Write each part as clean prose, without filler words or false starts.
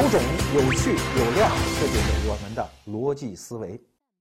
种、有趣、有料，这就是我们的逻辑思维。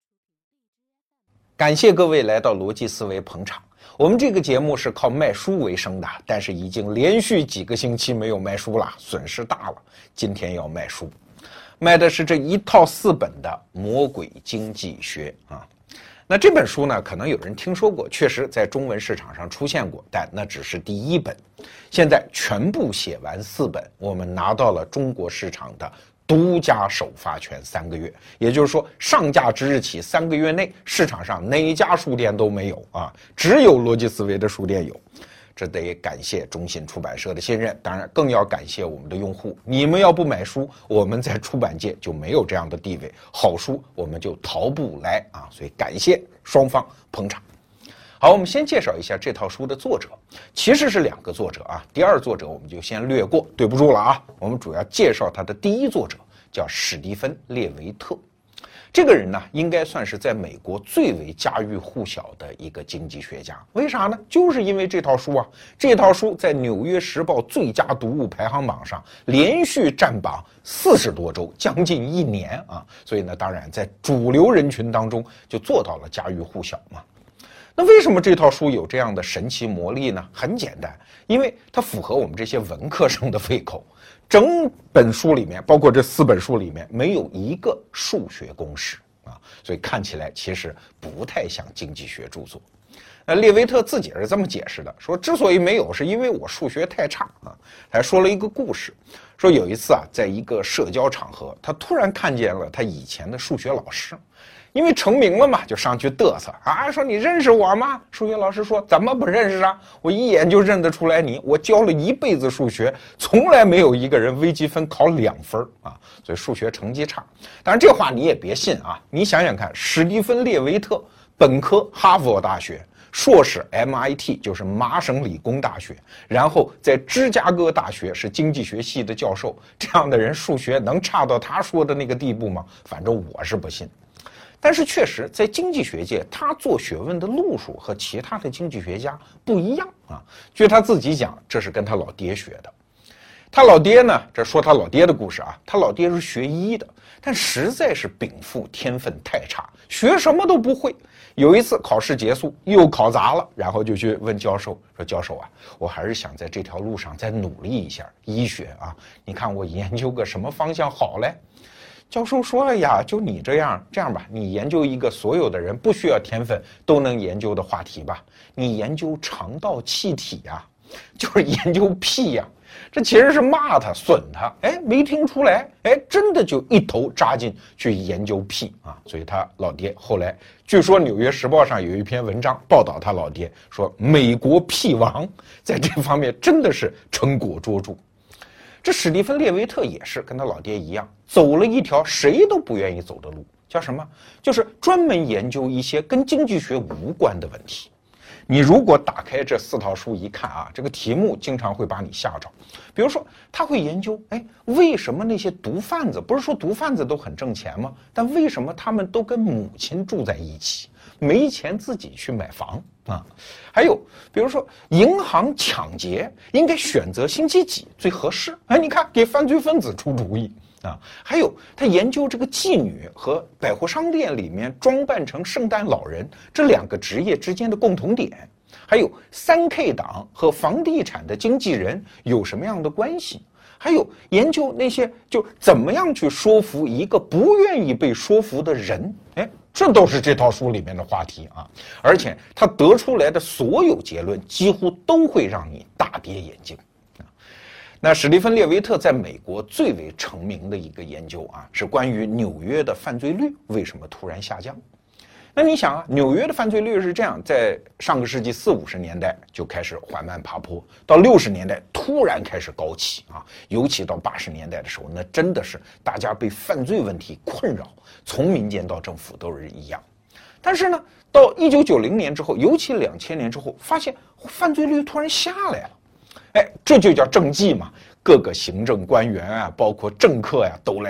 感谢各位来到逻辑思维捧场。我们这个节目是靠卖书为生的，但是已经连续几个星期没有卖书了，损失大了。今天要卖书，卖的是这一套4本的《魔鬼经济学》啊。那这本书呢，可能有人听说过，确实在中文市场上出现过，但那只是第1本。现在全部写完4本，我们拿到了中国市场的独家首发权3个月，也就是说上架之日起3个月内，市场上哪家书店都没有啊，只有逻辑思维的书店有。这得感谢中信出版社的信任，当然更要感谢我们的用户。你们要不买书，我们在出版界就没有这样的地位，好书我们就淘不来啊！所以感谢双方捧场。好，我们先介绍一下这套书的作者，其实是2个作者啊。第2作者我们就先略过，对不住了啊。我们主要介绍他的第1作者，叫史蒂芬·列维特。这个人呢，应该算是在美国最为家喻户晓的一个经济学家。为啥呢？就是因为这套书啊，这套书在《纽约时报》最佳读物排行榜上连续占榜40多周，将近1年啊。所以呢，当然在主流人群当中就做到了家喻户晓嘛。那为什么这套书有这样的神奇魔力呢？很简单，因为它符合我们这些文科生的胃口。整本书里面，包括这4本书里面，没有一个数学公式啊，所以看起来其实不太像经济学著作。列维特自己是这么解释的，说之所以没有，是因为我数学太差啊。他还说了一个故事，说有一次啊，在一个社交场合，他突然看见了他以前的数学老师。因为成名了嘛，就上去嘚瑟啊，说你认识我吗？数学老师说怎么不认识啊？我一眼就认得出来你，我教了一辈子数学，从来没有一个人微积分考2分啊，所以数学成绩差。当然这话你也别信啊，你想想看，史蒂芬·列维特本科哈佛大学，硕士 MIT 就是麻省理工大学，然后在芝加哥大学是经济学系的教授，这样的人数学能差到他说的那个地步吗？反正我是不信。但是确实在经济学界，他做学问的路数和其他的经济学家不一样啊。据他自己讲，这是跟他老爹学的。他老爹呢，这说他老爹的故事啊，他老爹是学医的，但实在是禀赋天分太差，学什么都不会。有一次考试结束，又考砸了，然后就去问教授说：“教授啊，我还是想在这条路上再努力一下，医学啊，你看我研究个什么方向好嘞？”教授说了呀，就你这样吧，你研究一个所有的人不需要天分都能研究的话题吧，你研究肠道气体呀，就是研究屁呀。这其实是骂他损他，没听出来，真的就一头扎进去研究屁啊。所以他老爹后来据说《纽约时报》上有一篇文章报道他老爹说，美国屁王在这方面真的是成果卓著。这史蒂芬·列维特也是跟他老爹一样，走了一条谁都不愿意走的路，叫什么？就是专门研究一些跟经济学无关的问题。你如果打开这4套书一看啊，这个题目经常会把你吓着。比如说他会研究，为什么那些毒贩子，不是说毒贩子都很挣钱吗？但为什么他们都跟母亲住在一起，没钱自己去买房啊？还有比如说银行抢劫应该选择星期几最合适，你看给犯罪分子出主意啊。还有他研究这个妓女和百货商店里面装扮成圣诞老人这2个职业之间的共同点，还有3K 党和房地产的经纪人有什么样的关系，还有研究那些就怎么样去说服一个不愿意被说服的人，这都是这套书里面的话题啊。而且他得出来的所有结论几乎都会让你大跌眼镜。那史蒂芬·列维特在美国最为成名的一个研究啊，是关于纽约的犯罪率为什么突然下降。那你想啊，纽约的犯罪率是这样，在上个世纪40、50年代就开始缓慢爬坡，到60年代突然开始高起啊，尤其到80年代的时候，那真的是大家被犯罪问题困扰，从民间到政府都是一样。但是呢，到1990年之后，尤其2000年之后，发现犯罪率突然下来了。这就叫政绩嘛，各个行政官员啊，包括政客呀，都来抢，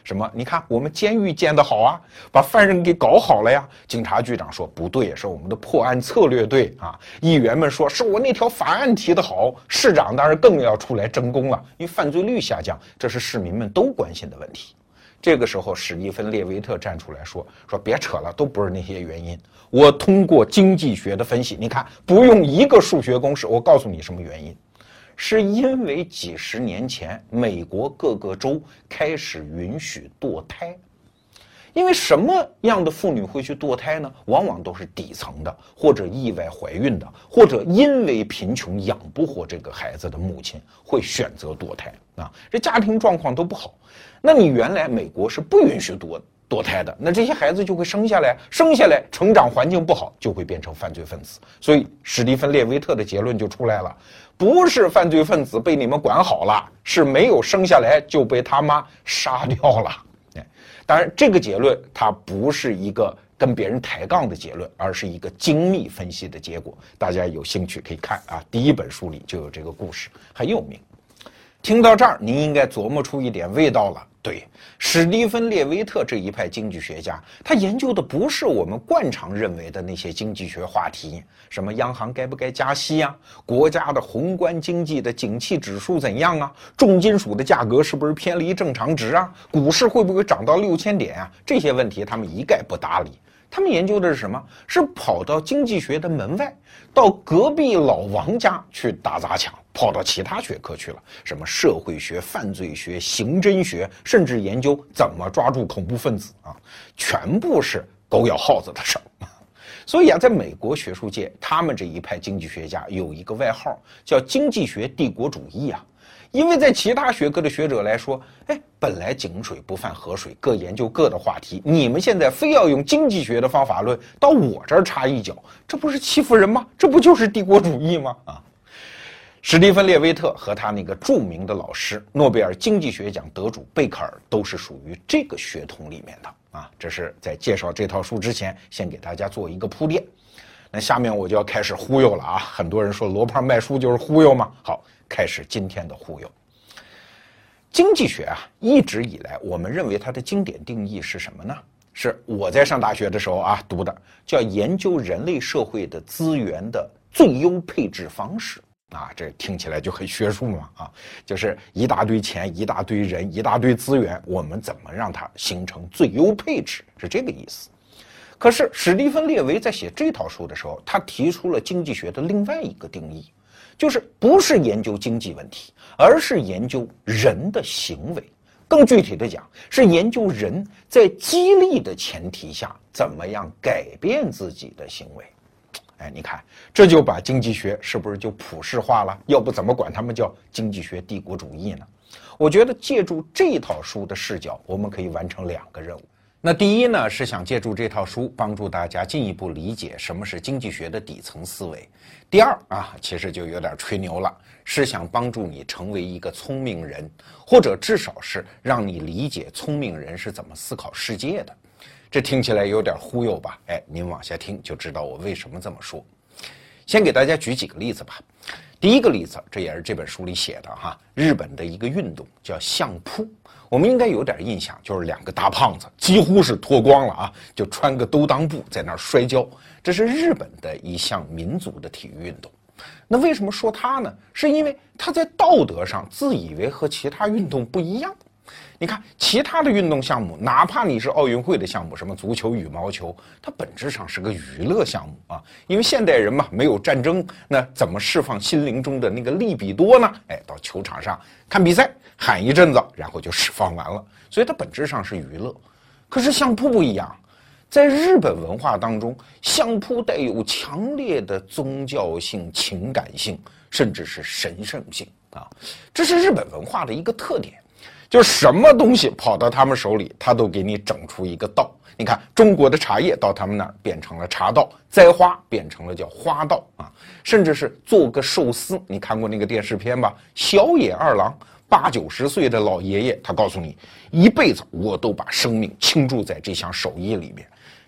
什么？你看我们监狱建得好啊，把犯人给搞好了呀。警察局长说不对，是我们的破案策略对啊。议员们说是我那条法案提得好。市长当然更要出来争功了，因为犯罪率下降，这是市民们都关心的问题。这个时候，史蒂芬·列维特站出来说别扯了，都不是那些原因。我通过经济学的分析，你看不用一个数学公式，我告诉你什么原因。是因为几十年前美国各个州开始允许堕胎。因为什么样的妇女会去堕胎呢？往往都是底层的，或者意外怀孕的，或者因为贫穷养不活这个孩子的母亲会选择堕胎啊，这家庭状况都不好。那你原来美国是不允许堕胎的，那这些孩子就会生下来成长环境不好，就会变成犯罪分子。所以史蒂芬·列维特的结论就出来了，不是犯罪分子被你们管好了，是没有生下来就被他妈杀掉了。当然这个结论它不是一个跟别人抬杠的结论，而是一个精密分析的结果。大家有兴趣可以看啊，第一本书里就有这个故事，很有名。听到这儿，您应该琢磨出一点味道了。对，史蒂芬·列维特这一派经济学家，他研究的不是我们惯常认为的那些经济学话题，什么央行该不该加息啊，国家的宏观经济的景气指数怎样啊，重金属的价格是不是偏离正常值啊，股市会不会涨到6000点啊，这些问题他们一概不搭理。他们研究的是什么？是跑到经济学的门外，到隔壁老王家去打砸抢，跑到其他学科去了，什么社会学、犯罪学、刑侦学，甚至研究怎么抓住恐怖分子啊，全部是狗咬耗子的事儿。所以啊，在美国学术界，他们这一派经济学家有一个外号叫经济学帝国主义啊。因为在其他学科的学者来说，本来井水不犯河水，各研究各的话题，你们现在非要用经济学的方法论到我这儿插一脚，这不是欺负人吗？这不就是帝国主义吗？啊！史蒂芬·列维特和他那个著名的老师诺贝尔经济学奖得主贝克尔都是属于这个血统里面的啊。这是在介绍这套书之前，先给大家做一个铺垫。那下面我就要开始忽悠了啊！很多人说罗胖卖书就是忽悠吗？好，开始今天的忽悠。经济学啊，一直以来我们认为它的经典定义是什么呢？是我在上大学的时候啊读的，叫研究人类社会的资源的最优配置方式啊，这听起来就很学术嘛啊，就是一大堆钱、一大堆人、一大堆资源，我们怎么让它形成最优配置，是这个意思。可是史蒂芬·列维在写这套书的时候，他提出了经济学的另外一个定义，就是不是研究经济问题，而是研究人的行为。更具体的讲，是研究人在激励的前提下，怎么样改变自己的行为。你看，这就把经济学是不是就普世化了？要不怎么管他们叫经济学帝国主义呢？我觉得借助这套书的视角，我们可以完成2个任务。那第一呢，是想借助这套书帮助大家进一步理解什么是经济学的底层思维。第二啊，其实就有点吹牛了，是想帮助你成为一个聪明人，或者至少是让你理解聪明人是怎么思考世界的。这听起来有点忽悠吧？您往下听就知道我为什么这么说。先给大家举几个例子吧。第一个例子，这也是这本书里写的哈，日本的一个运动叫相扑。我们应该有点印象，就是2个大胖子几乎是脱光了啊，就穿个兜裆布在那儿摔跤。这是日本的一项民族的体育运动。那为什么说它呢？是因为它在道德上自以为和其他运动不一样。你看其他的运动项目，哪怕你是奥运会的项目，什么足球、羽毛球，它本质上是个娱乐项目啊。因为现代人嘛，没有战争，那怎么释放心灵中的那个利比多呢？到球场上看比赛，喊一阵子，然后就释放完了。所以它本质上是娱乐。可是相扑不一样，在日本文化当中，相扑带有强烈的宗教性、情感性，甚至是神圣性啊。这是日本文化的一个特点。就什么东西跑到他们手里，他都给你整出一个道。你看中国的茶叶到他们那儿变成了茶道，栽花变成了叫花道啊，甚至是做个寿司，你看过那个电视片吧？小野二郎80、90岁的老爷爷，他告诉你，一辈子我都把生命倾注在这项手艺里面。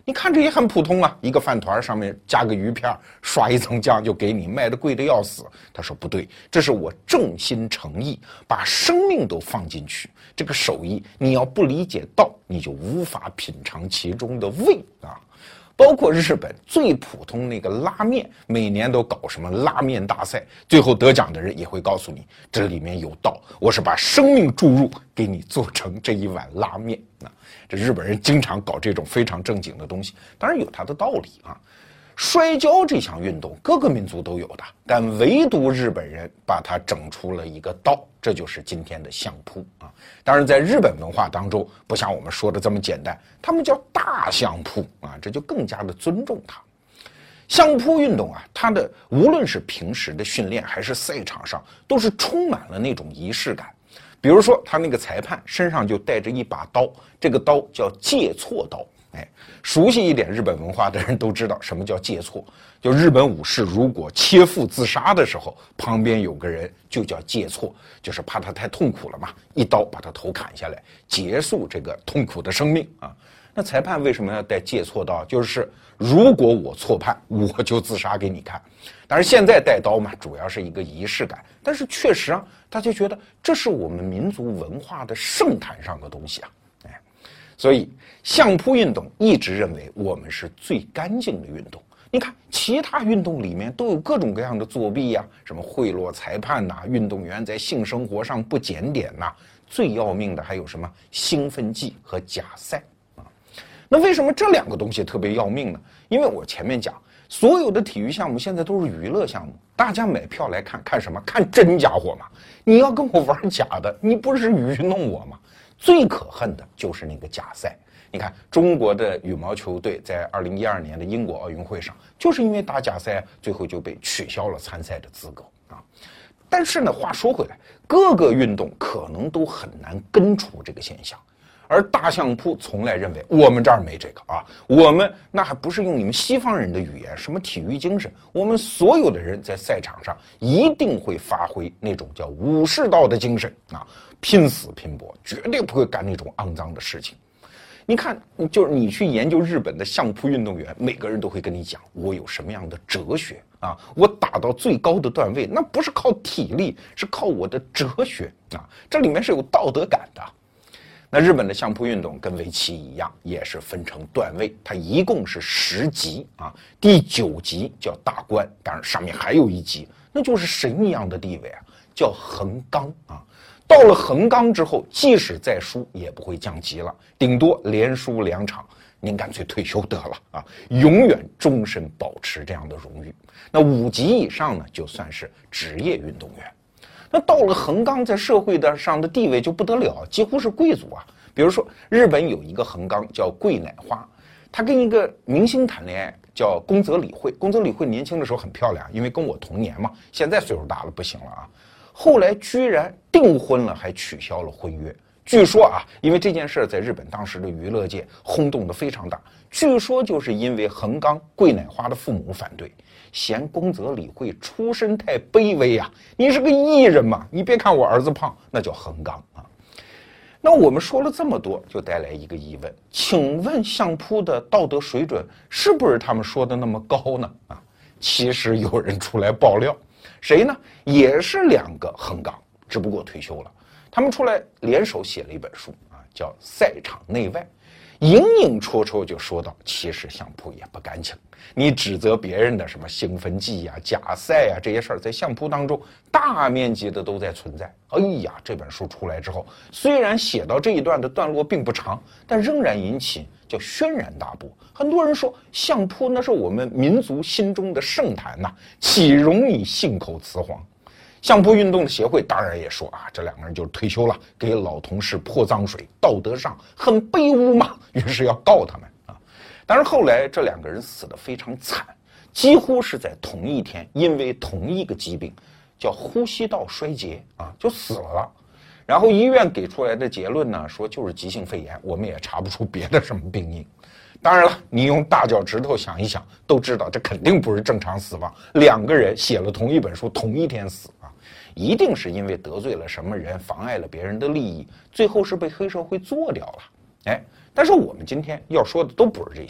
你看着也很普通啊，一个饭团上面加个鱼片，刷一层酱就给你，卖的贵的要死。他说不对，这是我正心诚意，把生命都放进去。这个手艺，你要不理解道，你就无法品尝其中的味啊。包括日本最普通那个拉面，每年都搞什么拉面大赛，最后得奖的人也会告诉你，这里面有道，我是把生命注入，给你做成这一碗拉面啊。这日本人经常搞这种非常正经的东西，当然有它的道理啊。摔跤这项运动各个民族都有的，但唯独日本人把它整出了一个道，这就是今天的相扑啊。当然在日本文化当中不像我们说的这么简单，他们叫大相扑啊，这就更加的尊重它。相扑运动啊，它的无论是平时的训练还是赛场上，都是充满了那种仪式感。比如说他那个裁判身上就带着一把刀，这个刀叫介错刀。熟悉一点日本文化的人都知道什么叫介错，就日本武士如果切腹自杀的时候，旁边有个人就叫介错，就是怕他太痛苦了嘛，一刀把他头砍下来，结束这个痛苦的生命啊。那裁判为什么要带介错刀？就是如果我错判，我就自杀给你看。当然现在带刀嘛，主要是一个仪式感，但是确实啊，大家觉得这是我们民族文化的圣坛上的东西啊。所以相扑运动一直认为我们是最干净的运动。你看其他运动里面都有各种各样的作弊呀，什么贿赂裁判呐，运动员在性生活上不检点呐，最要命的还有什么兴奋剂和假赛啊。那为什么这两个东西特别要命呢？因为我前面讲，所有的体育项目现在都是娱乐项目，大家买票来看，看什么？看真家伙嘛！你要跟我玩假的，你不是愚弄我吗？最可恨的就是那个假赛。你看中国的羽毛球队在2012年的英国奥运会上，就是因为打假赛，最后就被取消了参赛的资格啊。但是呢，话说回来，各个运动可能都很难根除这个现象，而大相扑从来认为我们这儿没这个啊，我们那还不是用你们西方人的语言，什么体育精神，我们所有的人在赛场上一定会发挥那种叫武士道的精神啊，拼死拼搏，绝对不会干那种肮脏的事情。你看，就是你去研究日本的相扑运动员，每个人都会跟你讲，我有什么样的哲学啊，我打到最高的段位，那不是靠体力，是靠我的哲学啊，这里面是有道德感的。那日本的相扑运动跟围棋一样，也是分成段位，它一共是10级啊，第9级叫大关，当然上面还有一级，那就是神一样的地位啊，叫横纲啊。到了横纲之后，即使再输也不会降级了，顶多连输2场，您干脆退休得了啊，永远终身保持这样的荣誉。那5级以上呢，就算是职业运动员。那到了横纲，在社会上的地位就不得了，几乎是贵族啊。比如说日本有一个横纲叫桂乃花，他跟一个明星谈恋爱，叫宫泽理惠。宫泽理惠年轻的时候很漂亮，因为跟我同年嘛，现在岁数大了不行了啊。后来居然订婚了，还取消了婚约。据说啊，因为这件事在日本当时的娱乐界轰动得非常大。据说就是因为横纲桂乃花的父母反对，嫌宫泽理惠出身太卑微啊，你是个艺人嘛，你别看我儿子胖，那叫横纲啊。那我们说了这么多，就带来一个疑问，请问相扑的道德水准是不是他们说的那么高呢？啊，其实有人出来爆料。谁呢？也是2个横纲，只不过退休了。他们出来联手写了一本书啊，叫《赛场内外》，隐隐绰绰就说到，其实相扑也不干净。你指责别人的什么兴奋剂呀、假赛呀这些事儿，在相扑当中大面积的都在存在。哎呀，这本书出来之后，虽然写到这一段的段落并不长，但仍然引起叫轩然大波。很多人说相扑那是我们民族心中的圣坛呐，岂容你信口雌黄？相扑运动的协会当然也说啊，这2个人就是退休了，给老同事泼脏水，道德上很卑污嘛，于是要告他们啊。但是后来这2个人死得非常惨，几乎是在同一天，因为同一个疾病叫呼吸道衰竭啊，就死了。然后医院给出来的结论呢，说就是急性肺炎，我们也查不出别的什么病因。当然了，你用大脚趾头想一想，都知道这肯定不是正常死亡。2个人写了同一本书，同一天死啊，一定是因为得罪了什么人，妨碍了别人的利益，最后是被黑社会做掉了。哎，但是我们今天要说的都不是这些，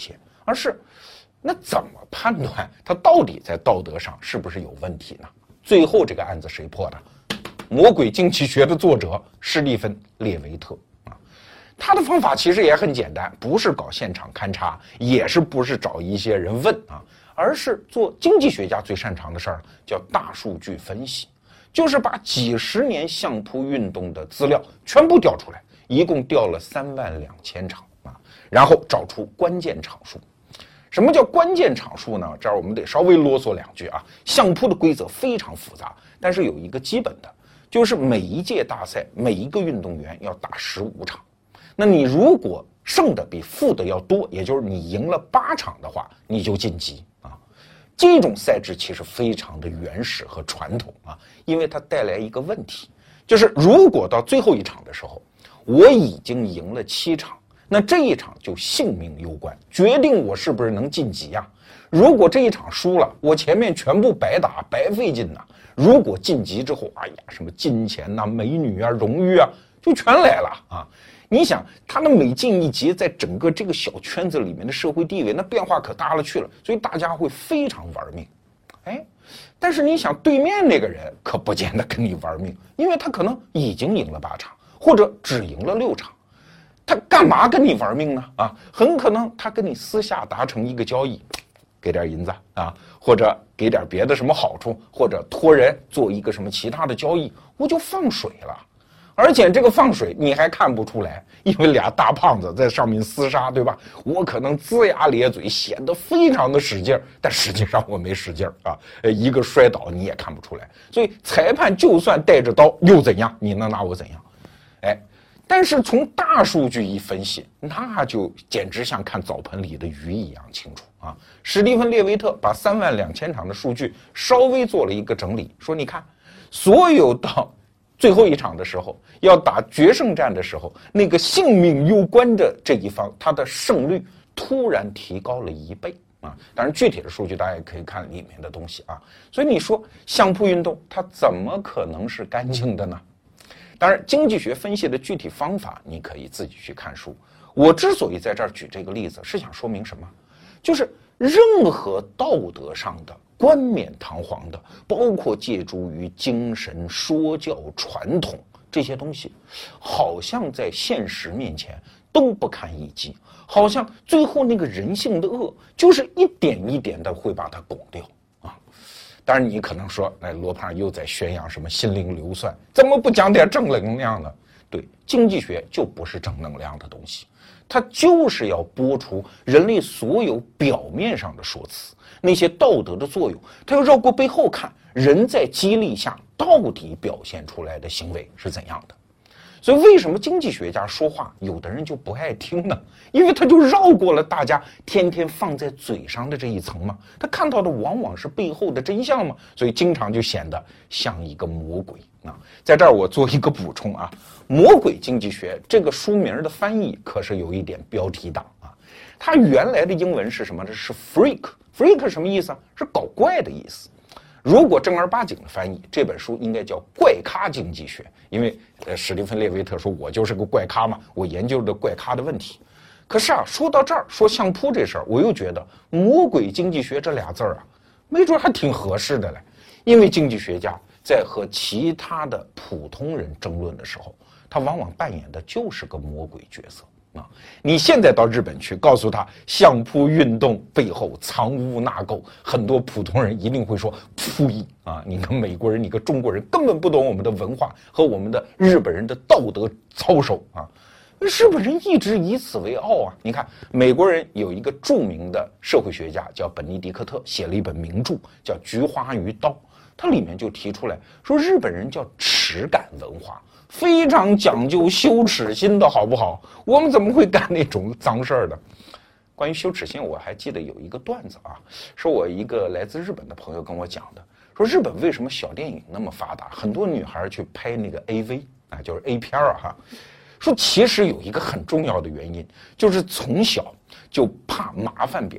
而是那怎么判断他到底在道德上是不是有问题呢？最后这个案子谁破的？魔鬼经济学的作者史蒂芬·列维特啊，他的方法其实也很简单，不是搞现场勘察，也是不是找一些人问啊，而是做经济学家最擅长的事儿，叫大数据分析，就是把几十年相扑运动的资料全部调出来，一共调了32000场啊，然后找出关键场数。什么叫关键场数呢？这儿我们得稍微啰嗦两句啊。相扑的规则非常复杂，但是有一个基本的，就是每一届大赛每一个运动员要打15场。那你如果胜的比负的要多，也就是你赢了8场的话，你就晋级啊。这种赛制其实非常的原始和传统啊，因为它带来一个问题，就是如果到最后一场的时候，我已经赢了7场。那这一场就性命攸关，决定我是不是能晋级呀？如果这一场输了，我前面全部白打白费劲呐。如果晋级之后，哎呀，什么金钱呐、美女啊、荣誉啊，就全来了啊！你想，他的每进一级，在整个这个小圈子里面的社会地位，那变化可大了去了，所以大家会非常玩命。哎，但是你想，对面那个人可不见得跟你玩命，因为他可能已经赢了8场，或者只赢了6场。他干嘛跟你玩命呢？啊，很可能他跟你私下达成一个交易，给点银子啊，或者给点别的什么好处，或者托人做一个什么其他的交易，我就放水了。而且这个放水你还看不出来，因为俩大胖子在上面厮杀，对吧？我可能龇牙咧嘴，显得非常的使劲，但实际上我没使劲啊。一个摔倒你也看不出来，所以裁判就算带着刀又怎样？你能拿我怎样？哎。但是从大数据一分析，那就简直像看澡盆里的鱼一样清楚啊！史蒂芬·列维特把32000场的数据稍微做了一个整理，说你看，所有到最后一场的时候，要打决胜战的时候，那个性命攸关的这一方，他的胜率突然提高了1倍啊！当然，具体的数据大家也可以看里面的东西啊。所以你说相扑运动它怎么可能是干净的呢？当然，经济学分析的具体方法你可以自己去看书。我之所以在这儿举这个例子，是想说明什么？就是任何道德上的冠冕堂皇的，包括借助于精神、说教、传统这些东西，好像在现实面前都不堪一击，好像最后那个人性的恶，就是一点一点的会把它拱掉。当然，你可能说，罗胖又在宣扬什么心灵流算，怎么不讲点正能量呢？对，经济学就不是正能量的东西，它就是要剥除人类所有表面上的说辞，那些道德的作用，它要绕过背后看，人在激励下到底表现出来的行为是怎样的。所以为什么经济学家说话有的人就不爱听呢？因为他就绕过了大家天天放在嘴上的这一层嘛，他看到的往往是背后的真相嘛，所以经常就显得像一个魔鬼啊。在这儿我做一个补充啊，魔鬼经济学这个书名的翻译可是有一点标题党啊，它原来的英文是什么呢？是 freak 什么意思啊？是搞怪的意思。如果正儿八经的翻译，这本书应该叫怪咖经济学，因为史蒂芬·列维特说我就是个怪咖嘛，我研究的怪咖的问题。可是啊，说到这儿，说相扑这事儿，我又觉得魔鬼经济学这俩字儿啊，没准还挺合适的嘞。因为经济学家在和其他的普通人争论的时候，他往往扮演的就是个魔鬼角色。啊，你现在到日本去，告诉他相扑运动背后藏污纳垢，很多普通人一定会说呸啊！你个美国人，你个中国人，根本不懂我们的文化和我们的日本人的道德操守啊！日本人一直以此为傲啊！你看，美国人有一个著名的社会学家叫本尼迪克特，写了一本名著叫《菊花与刀》，它里面就提出来说，日本人叫耻感文化。非常讲究羞耻心的好不好？我们怎么会干那种脏事儿的？关于羞耻心，我还记得有一个段子啊，是我一个来自日本的朋友跟我讲的，说日本为什么小电影那么发达，很多女孩去拍那个 AV 啊，就是 A 片啊哈。说其实有一个很重要的原因，就是从小就怕麻烦别人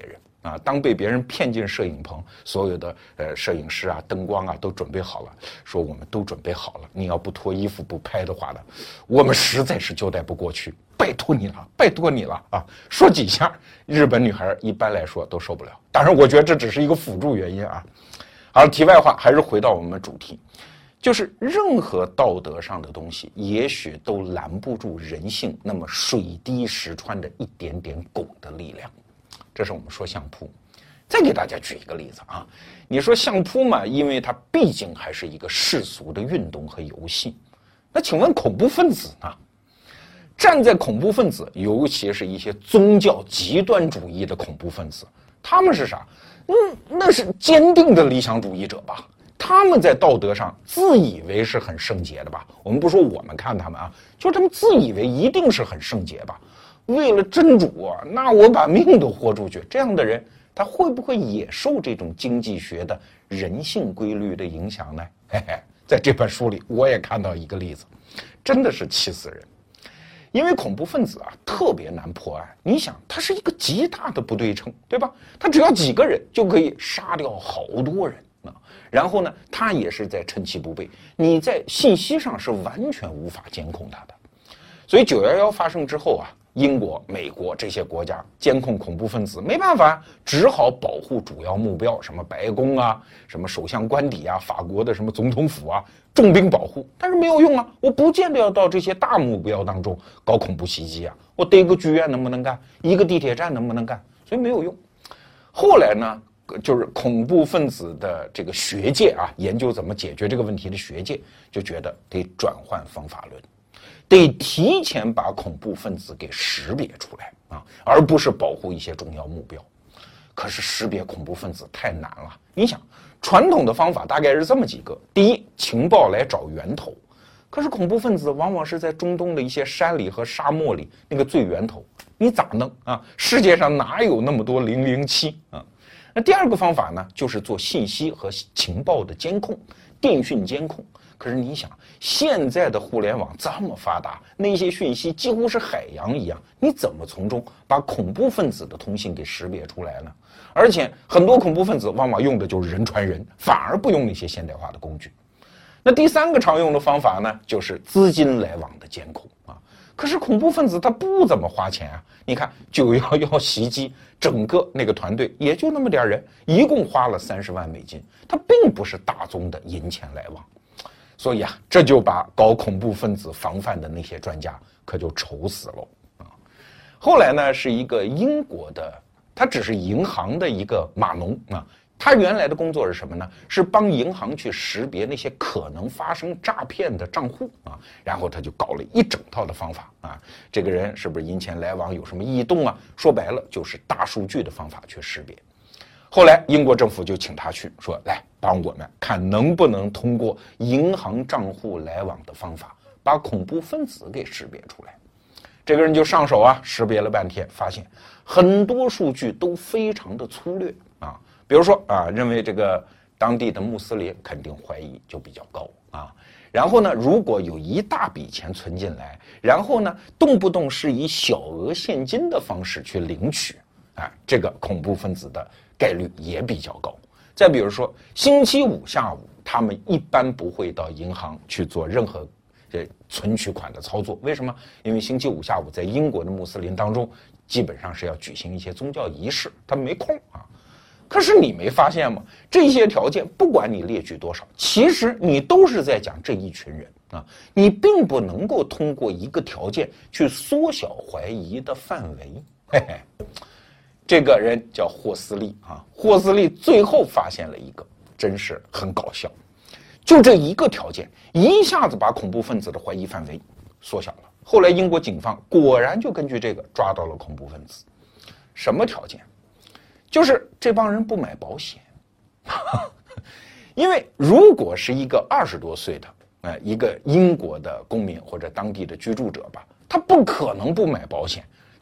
啊，当被别人骗进摄影棚，所有的摄影师啊、灯光啊都准备好了，说我们都准备好了，你要不脱衣服不拍的话呢，我们实在是交代不过去，拜托你了，拜托你了啊！说几下，日本女孩一般来说都受不了。当然，我觉得这只是一个辅助原因啊。好，题外话，还是回到我们主题，就是任何道德上的东西，也许都拦不住人性那么水滴石穿的一点点拱的力量。这是我们说相扑。再给大家举一个例子啊，你说相扑嘛，因为它毕竟还是一个世俗的运动和游戏，那请问恐怖分子呢？站在恐怖分子，尤其是一些宗教极端主义的恐怖分子，他们是啥？那是坚定的理想主义者吧？他们在道德上自以为是很圣洁的吧？我们不说我们看他们啊，就他们自以为一定是很圣洁吧？为了真主啊，那我把命都豁出去。这样的人，他会不会也受这种经济学的人性规律的影响呢？嘿嘿，在这本书里我也看到一个例子，真的是气死人。因为恐怖分子啊特别难破案，你想，它是一个极大的不对称，对吧？他只要几个人就可以杀掉好多人啊。然后呢，他也是在趁其不备，你在信息上是完全无法监控他的。所以911发生之后啊，英国、美国这些国家监控恐怖分子没办法，只好保护主要目标，什么白宫啊，什么首相官邸啊，法国的什么总统府啊，重兵保护。但是没有用啊，我不见得要到这些大目标当中搞恐怖袭击啊，我逮个剧院能不能干，一个地铁站能不能干，所以没有用。后来呢，就是恐怖分子的这个学界啊，研究怎么解决这个问题的学界就觉得得转换方法论，得提前把恐怖分子给识别出来啊，而不是保护一些重要目标。可是识别恐怖分子太难了，你想，传统的方法大概是这么几个：第一，情报来找源头，可是恐怖分子往往是在中东的一些山里和沙漠里那个最源头，你咋弄啊？世界上哪有那么多007啊？那第二个方法呢，就是做信息和情报的监控，电讯监控。可是你想，现在的互联网这么发达，那些讯息几乎是海洋一样，你怎么从中把恐怖分子的通信给识别出来呢？而且很多恐怖分子往往用的就是人传人，反而不用那些现代化的工具。那第三个常用的方法呢，就是资金来往的监控啊。可是恐怖分子他不怎么花钱啊，你看911袭击整个那个团队也就那么点人，一共花了30万美金，他并不是大宗的银钱来往。所以啊，这就把搞恐怖分子防范的那些专家可就愁死了啊。后来呢，是一个英国的，他只是银行的一个码农啊。他原来的工作是什么呢？是帮银行去识别那些可能发生诈骗的账户啊。然后他就搞了一整套的方法啊，这个人是不是银钱来往有什么异动啊？说白了就是大数据的方法去识别。后来英国政府就请他去说，来帮我们看能不能通过银行账户来往的方法把恐怖分子给识别出来。这个人就上手啊，识别了半天，发现很多数据都非常的粗略啊。比如说啊，认为这个当地的穆斯林肯定怀疑就比较高啊。然后呢，如果有一大笔钱存进来，然后呢动不动是以小额现金的方式去领取，啊，这个恐怖分子的概率也比较高。再比如说星期五下午，他们一般不会到银行去做任何存取款的操作。为什么？因为星期五下午在英国的穆斯林当中基本上是要举行一些宗教仪式，他们没空啊。可是你没发现吗？这些条件不管你列举多少，其实你都是在讲这一群人啊，你并不能够通过一个条件去缩小怀疑的范围。嘿嘿，这个人叫霍斯利啊，霍斯利最后发现了一个，真是很搞笑，就这一个条件，一下子把恐怖分子的怀疑范围缩小了。后来英国警方果然就根据这个抓到了恐怖分子。什么条件？就是这帮人不买保险。因为如果是一个20多岁的一个英国的公民或者当地的居住者吧，他不可能不买保险。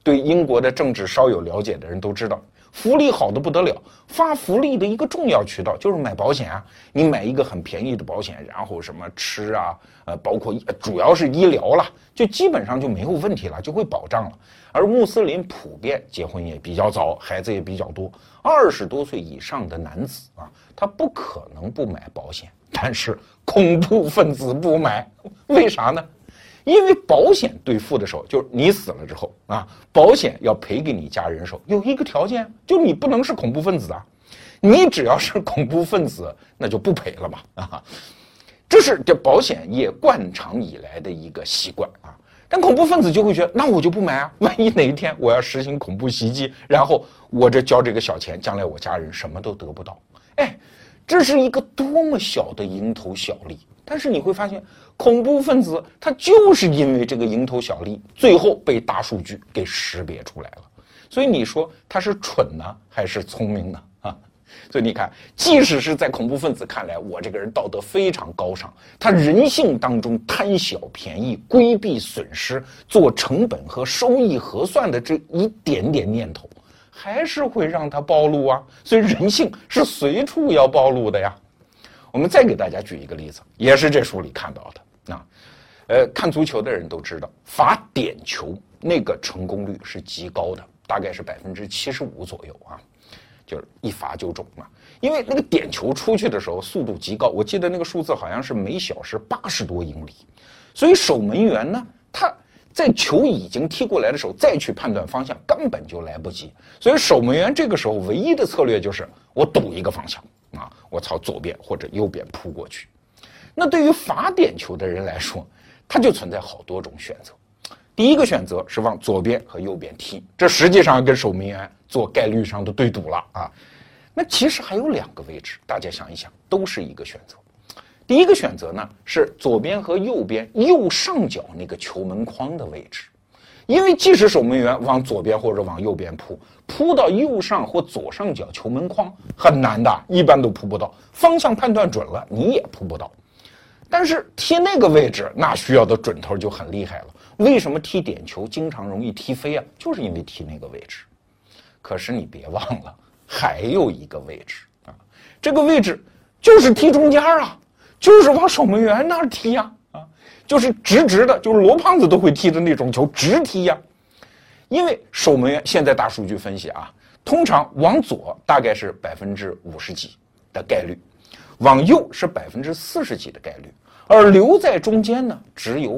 对英国的政治稍有了解的人都知道，福利好的不得了，发福利的一个重要渠道就是买保险啊。你买一个很便宜的保险，然后什么吃啊，包括主要是医疗了，就基本上就没有问题了，就会保障了。而穆斯林普遍结婚也比较早，孩子也比较多，20多岁以上的男子啊，他不可能不买保险。但是恐怖分子不买，为啥呢？因为保险兑付的时候，就是你死了之后啊，保险要赔给你家人的时候，有一个条件，就你不能是恐怖分子啊。你只要是恐怖分子，那就不赔了嘛啊。这是这保险业惯常以来的一个习惯啊。但恐怖分子就会觉得，那我就不买啊，万一哪一天我要实行恐怖袭击，然后我这交这个小钱，将来我家人什么都得不到。哎，这是一个多么小的蝇头小利，但是你会发现，恐怖分子他就是因为这个蝇头小利，最后被大数据给识别出来了。所以你说他是蠢呢，还是聪明呢？啊，所以你看，即使是在恐怖分子看来，我这个人道德非常高尚，他人性当中贪小便宜、规避损失、做成本和收益核算的这一点点念头，还是会让他暴露啊。所以人性是随处要暴露的呀。我们再给大家举一个例子，也是这书里看到的啊。看足球的人都知道，罚点球那个成功率是极高的，大概是75%左右啊，就是一罚就中嘛。因为那个点球出去的时候速度极高，我记得那个数字好像是每小时80多英里，所以守门员呢，他在球已经踢过来的时候再去判断方向根本就来不及，所以守门员这个时候唯一的策略就是我赌一个方向啊，我朝左边或者右边扑过去。那对于罚点球的人来说，他就存在好多种选择。第一个选择是往左边和右边踢，这实际上跟守门员做概率上的对赌了啊。那其实还有2个位置，大家想一想，都是一个选择。第一个选择呢是左边和右边右上角那个球门框的位置，因为即使守门员往左边或者往右边扑到右上或左上角球门框很难的，一般都扑不到，方向判断准了你也扑不到。但是踢那个位置那需要的准头就很厉害了。为什么踢点球经常容易踢飞啊？就是因为踢那个位置。可是你别忘了还有一个位置啊，这个位置就是踢中间啊，就是往守门员那儿踢呀啊，就是直直的，就是罗胖子都会踢的那种球，直踢呀。因为守门员现在大数据分析啊，通常往左大概是50%几的概率，往右是40%几的概率，而留在中间呢只有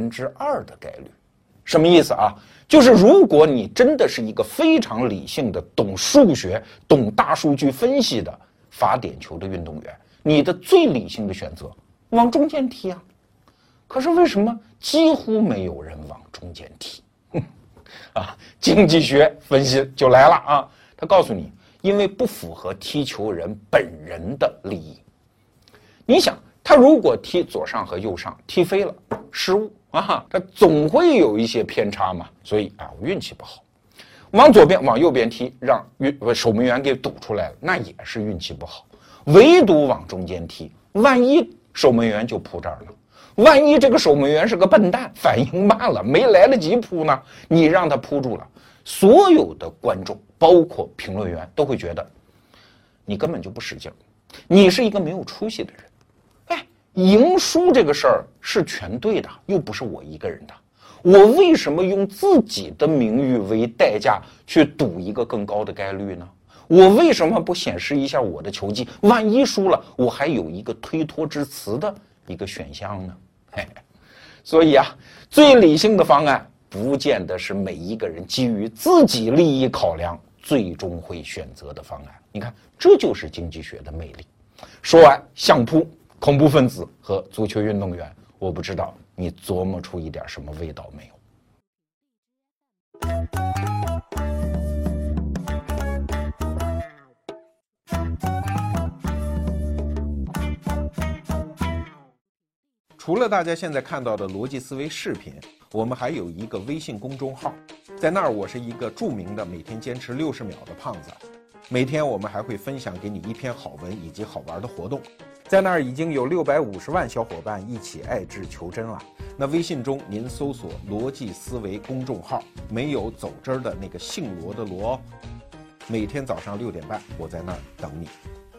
2%的概率。什么意思啊？就是如果你真的是一个非常理性的懂数学、懂大数据分析的罚点球的运动员，你的最理性的选择往中间踢啊。可是为什么几乎没有人往中间踢？啊，经济学分析就来了啊，他告诉你，因为不符合踢球人本人的利益。你想，他如果踢左上和右上踢飞了，失误啊，他总会有一些偏差嘛，所以啊，我运气不好。往左边往右边踢，让守门员给堵出来了，那也是运气不好。唯独往中间踢，万一守门员就扑这儿了，万一这个守门员是个笨蛋，反应慢了，没来得及扑呢，你让他扑住了，所有的观众包括评论员都会觉得你根本就不使劲，你是一个没有出息的人。哎，赢输这个事儿是全队的，又不是我一个人的，我为什么用自己的名誉为代价去赌一个更高的概率呢？我为什么不显示一下我的球技？万一输了，我还有一个推脱之词的一个选项呢？嘿，所以啊，最理性的方案不见得是每一个人基于自己利益考量最终会选择的方案。你看，这就是经济学的魅力。说完相扑、恐怖分子和足球运动员，我不知道你琢磨出一点什么味道没有？除了大家现在看到的逻辑思维视频，我们还有一个微信公众号，在那儿我是一个著名的每天坚持60秒的胖子。每天我们还会分享给你一篇好文以及好玩的活动， 在那儿已经有650万小伙伴一起爱智求真了。那微信中您搜索逻辑思维公众号，没有走之儿的那个姓罗的罗哦。每天早上6点半，我在那儿等你。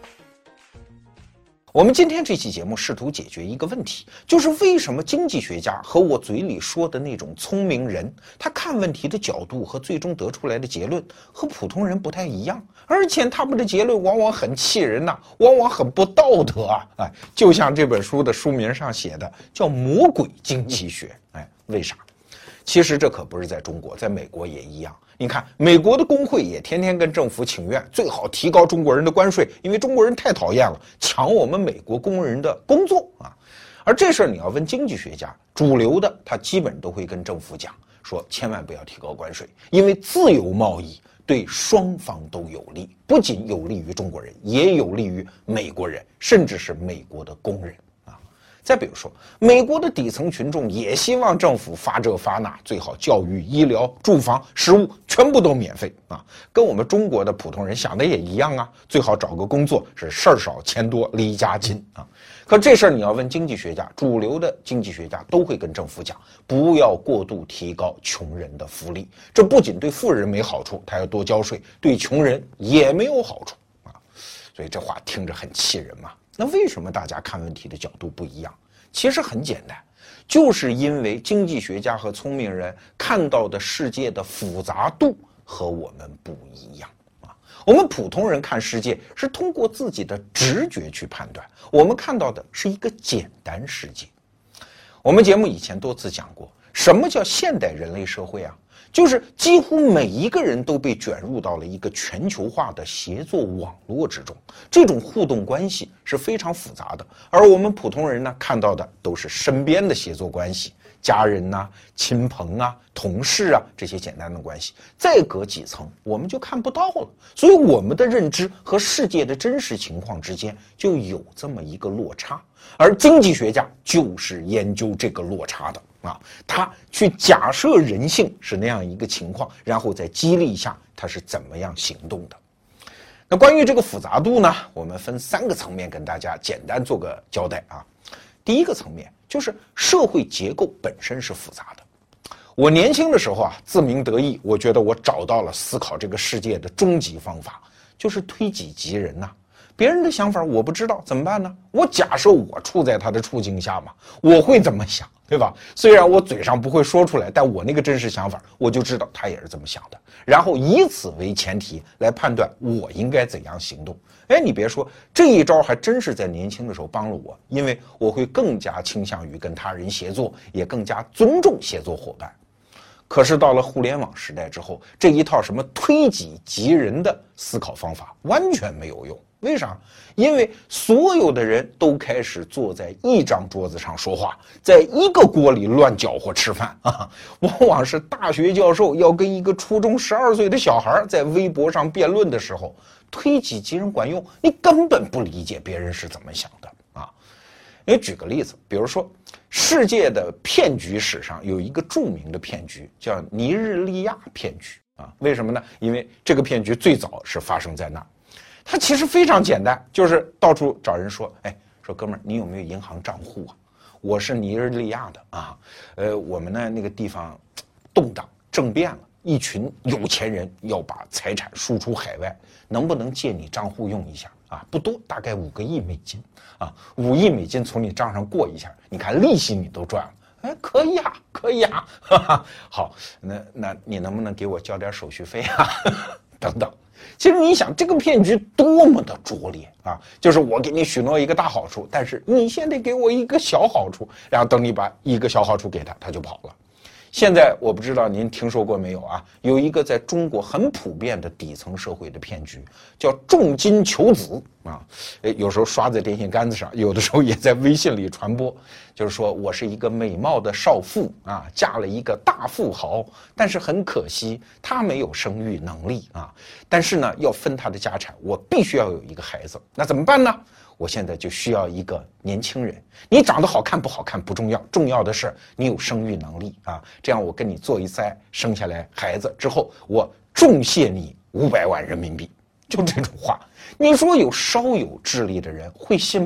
我们今天这期节目试图解决一个问题，就是为什么经济学家和我嘴里说的那种聪明人，他看问题的角度和最终得出来的结论和普通人不太一样，而且他们的结论往往很气人呐，往往很不道德啊！哎，就像这本书的书名上写的，叫“魔鬼经济学”。哎，为啥？其实这可不是在中国，在美国也一样。你看，美国的工会也天天跟政府请愿，最好提高中国人的关税，因为中国人太讨厌了，抢我们美国工人的工作啊。而这事儿你要问经济学家，主流的他基本都会跟政府讲，说千万不要提高关税，因为自由贸易对双方都有利，不仅有利于中国人，也有利于美国人，甚至是美国的工人。再比如说，美国的底层群众也希望政府发这发那，最好教育、医疗、住房、食物全部都免费啊，跟我们中国的普通人想的也一样啊，最好找个工作是事儿少钱多离家近啊。可这事儿你要问经济学家，主流的经济学家都会跟政府讲，不要过度提高穷人的福利，这不仅对富人没好处，他要多交税，对穷人也没有好处啊。所以这话听着很气人嘛。那为什么大家看问题的角度不一样？其实很简单，就是因为经济学家和聪明人看到的世界的复杂度和我们不一样啊。我们普通人看世界是通过自己的直觉去判断，我们看到的是一个简单世界。我们节目以前多次讲过，什么叫现代人类社会啊？就是几乎每一个人都被卷入到了一个全球化的协作网络之中，这种互动关系是非常复杂的，而我们普通人呢，看到的都是身边的协作关系，家人呐、亲朋啊、同事啊，这些简单的关系，再隔几层我们就看不到了，所以我们的认知和世界的真实情况之间就有这么一个落差，而经济学家就是研究这个落差的啊，他去假设人性是那样一个情况，然后再激励一下他是怎么样行动的。那关于这个复杂度呢，我们分3个层面跟大家简单做个交代啊。第一个层面就是社会结构本身是复杂的。我年轻的时候啊，自鸣得意，我觉得我找到了思考这个世界的终极方法，就是推己及人呐。别人的想法我不知道怎么办呢？我假设我处在他的处境下嘛，我会怎么想，对吧？虽然我嘴上不会说出来，但我那个真实想法我就知道他也是这么想的，然后以此为前提来判断我应该怎样行动。哎，你别说，这一招还真是在年轻的时候帮了我，因为我会更加倾向于跟他人协作，也更加尊重协作伙伴。可是到了互联网时代之后，这一套什么推己及人的思考方法完全没有用。为啥？因为所有的人都开始坐在一张桌子上说话，在一个锅里乱搅和吃饭啊！往往是大学教授要跟一个初中12岁的小孩在微博上辩论的时候，推己及人管用，你根本不理解别人是怎么想的啊！因为举个例子，比如说世界的骗局史上有一个著名的骗局叫尼日利亚骗局啊，为什么呢？因为这个骗局最早是发生在那儿。它其实非常简单，就是到处找人说，哎，说哥们儿，你有没有银行账户啊？我是尼日利亚的啊，我们呢那个地方动荡政变了，一群有钱人要把财产输出海外，能不能借你账户用一下啊？不多，大概5个亿美金啊，5亿美金从你账上过一下，你看利息你都赚了。哎，可以啊，可以啊，哈哈，好，那你能不能给我交点手续费啊？等等。其实你想，这个骗局多么的拙劣啊！就是我给你许诺一个大好处，但是你先得给我一个小好处，然后等你把一个小好处给他，他就跑了。现在我不知道您听说过没有啊？有一个在中国很普遍的底层社会的骗局，叫重金求子啊。有时候刷在电线杆子上，有的时候也在微信里传播。就是说我是一个美貌的少妇啊，嫁了一个大富豪，但是很可惜他没有生育能力啊。但是呢，要分他的家产，我必须要有一个孩子，那怎么办呢？我现在就需要一个年轻人，你长得好看不好看不重要，重要的是你有生育能力啊！这样我跟你做一次爱，生下来孩子之后，我重谢你500万人民币，就这种话，你说有稍有智力的人会信吗？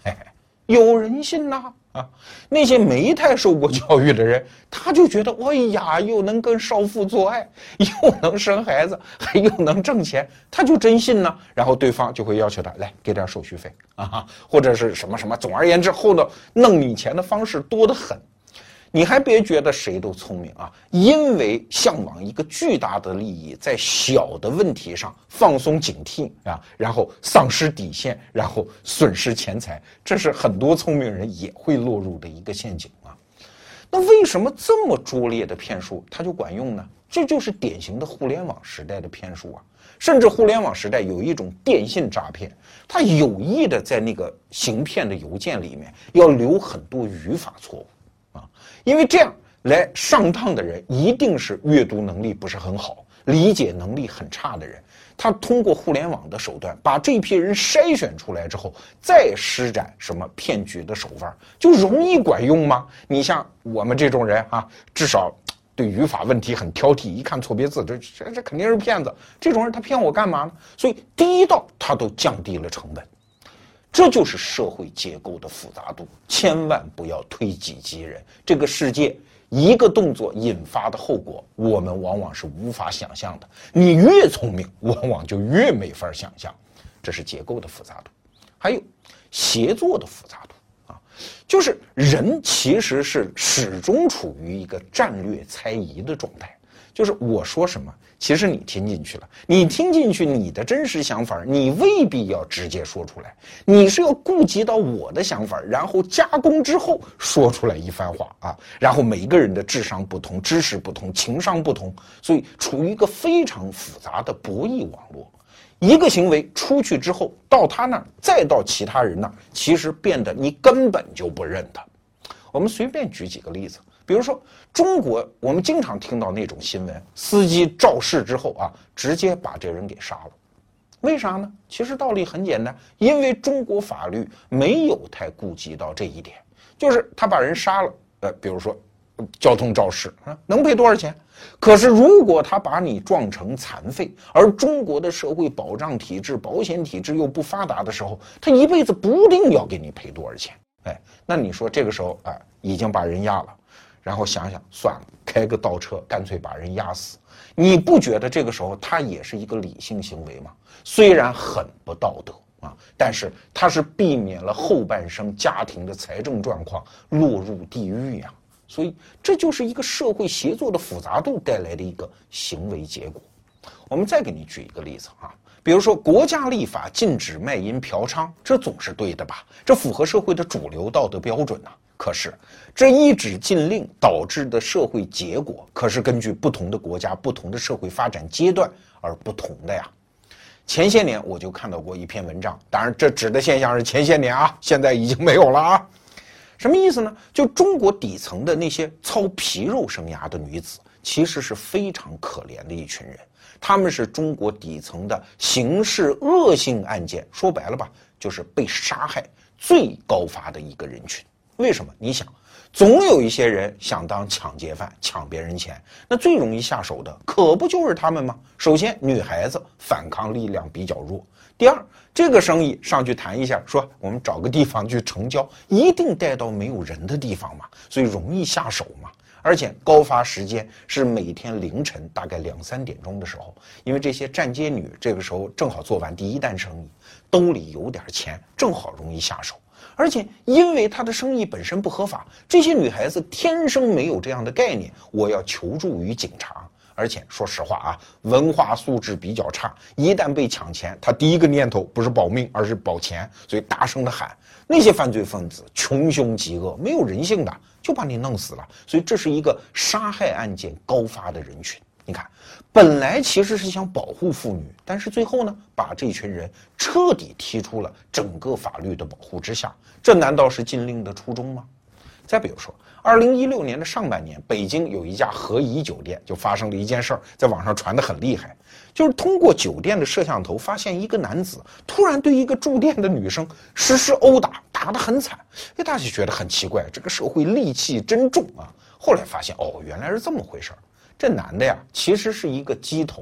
嘿嘿，有人信呐啊！那些没太受过教育的人，他就觉得，哎呀，又能跟少妇做爱，又能生孩子，还又能挣钱，他就真信呢。然后对方就会要求他来给点手续费啊，或者是什么什么。总而言之，后头弄你钱的方式多得很。你还别觉得谁都聪明啊，因为向往一个巨大的利益，在小的问题上放松警惕啊，然后丧失底线，然后损失钱财，这是很多聪明人也会落入的一个陷阱啊。那为什么这么拙劣的骗术它就管用呢？这就是典型的互联网时代的骗术啊。甚至互联网时代有一种电信诈骗，它有意的在那个行骗的邮件里面要留很多语法错误。因为这样来上当的人一定是阅读能力不是很好、理解能力很差的人。他通过互联网的手段把这批人筛选出来之后，再施展什么骗局的手腕，就容易管用吗？你像我们这种人啊，至少对语法问题很挑剔，一看错别字，这肯定是骗子。这种人他骗我干嘛呢？所以第一道他都降低了成本。这就是社会结构的复杂度，千万不要推己及人。这个世界一个动作引发的后果，我们往往是无法想象的。你越聪明，往往就越没法想象。这是结构的复杂度，还有协作的复杂度啊，就是人其实是始终处于一个战略猜疑的状态。就是我说什么，其实你听进去了，你听进去你的真实想法，你未必要直接说出来，你是要顾及到我的想法，然后加工之后说出来一番话啊。然后每个人的智商不同，知识不同，情商不同，所以处于一个非常复杂的博弈网络。一个行为出去之后，到他那儿，再到其他人那儿，其实变得你根本就不认他。我们随便举几个例子。比如说，中国我们经常听到那种新闻，司机肇事之后啊，直接把这人给杀了。为啥呢？其实道理很简单，因为中国法律没有太顾及到这一点，就是他把人杀了，比如说交通肇事啊，能赔多少钱？可是如果他把你撞成残废，而中国的社会保障体制、保险体制又不发达的时候，他一辈子不定要给你赔多少钱。那你说这个时候啊，已经把人压了。然后想想算了，开个倒车，干脆把人压死。你不觉得这个时候他也是一个理性行为吗？虽然很不道德啊，但是他是避免了后半生家庭的财政状况落入地狱呀。所以这就是一个社会协作的复杂度带来的一个行为结果。我们再给你举一个例子啊，比如说国家立法禁止卖淫嫖娼，这总是对的吧？这符合社会的主流道德标准呐。可是这一纸禁令导致的社会结果，可是根据不同的国家、不同的社会发展阶段而不同的呀。前些年我就看到过一篇文章，当然这指的现象是前些年啊，现在已经没有了啊。什么意思呢？就中国底层的那些操皮肉生涯的女子，其实是非常可怜的一群人。他们是中国底层的刑事恶性案件，说白了吧，就是被杀害最高发的一个人群。为什么？你想，总有一些人想当抢劫犯，抢别人钱，那最容易下手的可不就是他们吗？首先，女孩子反抗力量比较弱；第二，这个生意上去谈一下，说我们找个地方去成交，一定带到没有人的地方嘛，所以容易下手嘛。而且高发时间是每天凌晨大概2、3点钟的时候，因为这些站街女这个时候正好做完第一单生意，兜里有点钱，正好容易下手。而且因为她的生意本身不合法，这些女孩子天生没有这样的概念，我要求助于警察。而且说实话啊，文化素质比较差，一旦被抢钱，她第一个念头不是保命，而是保钱，所以大声的喊。那些犯罪分子穷凶极恶，没有人性的，就把你弄死了。所以这是一个杀害案件高发的人群。你看，本来其实是想保护妇女，但是最后呢，把这群人彻底踢出了整个法律的保护之下，这难道是禁令的初衷吗？再比如说，2016年的上半年，北京有一家和颐酒店就发生了一件事儿，在网上传得很厉害，就是通过酒店的摄像头发现一个男子突然对一个住店的女生实施殴打，打得很惨。大家就觉得很奇怪，这个社会戾气真重啊。后来发现，原来是这么回事儿。这男的呀，其实是一个鸡头，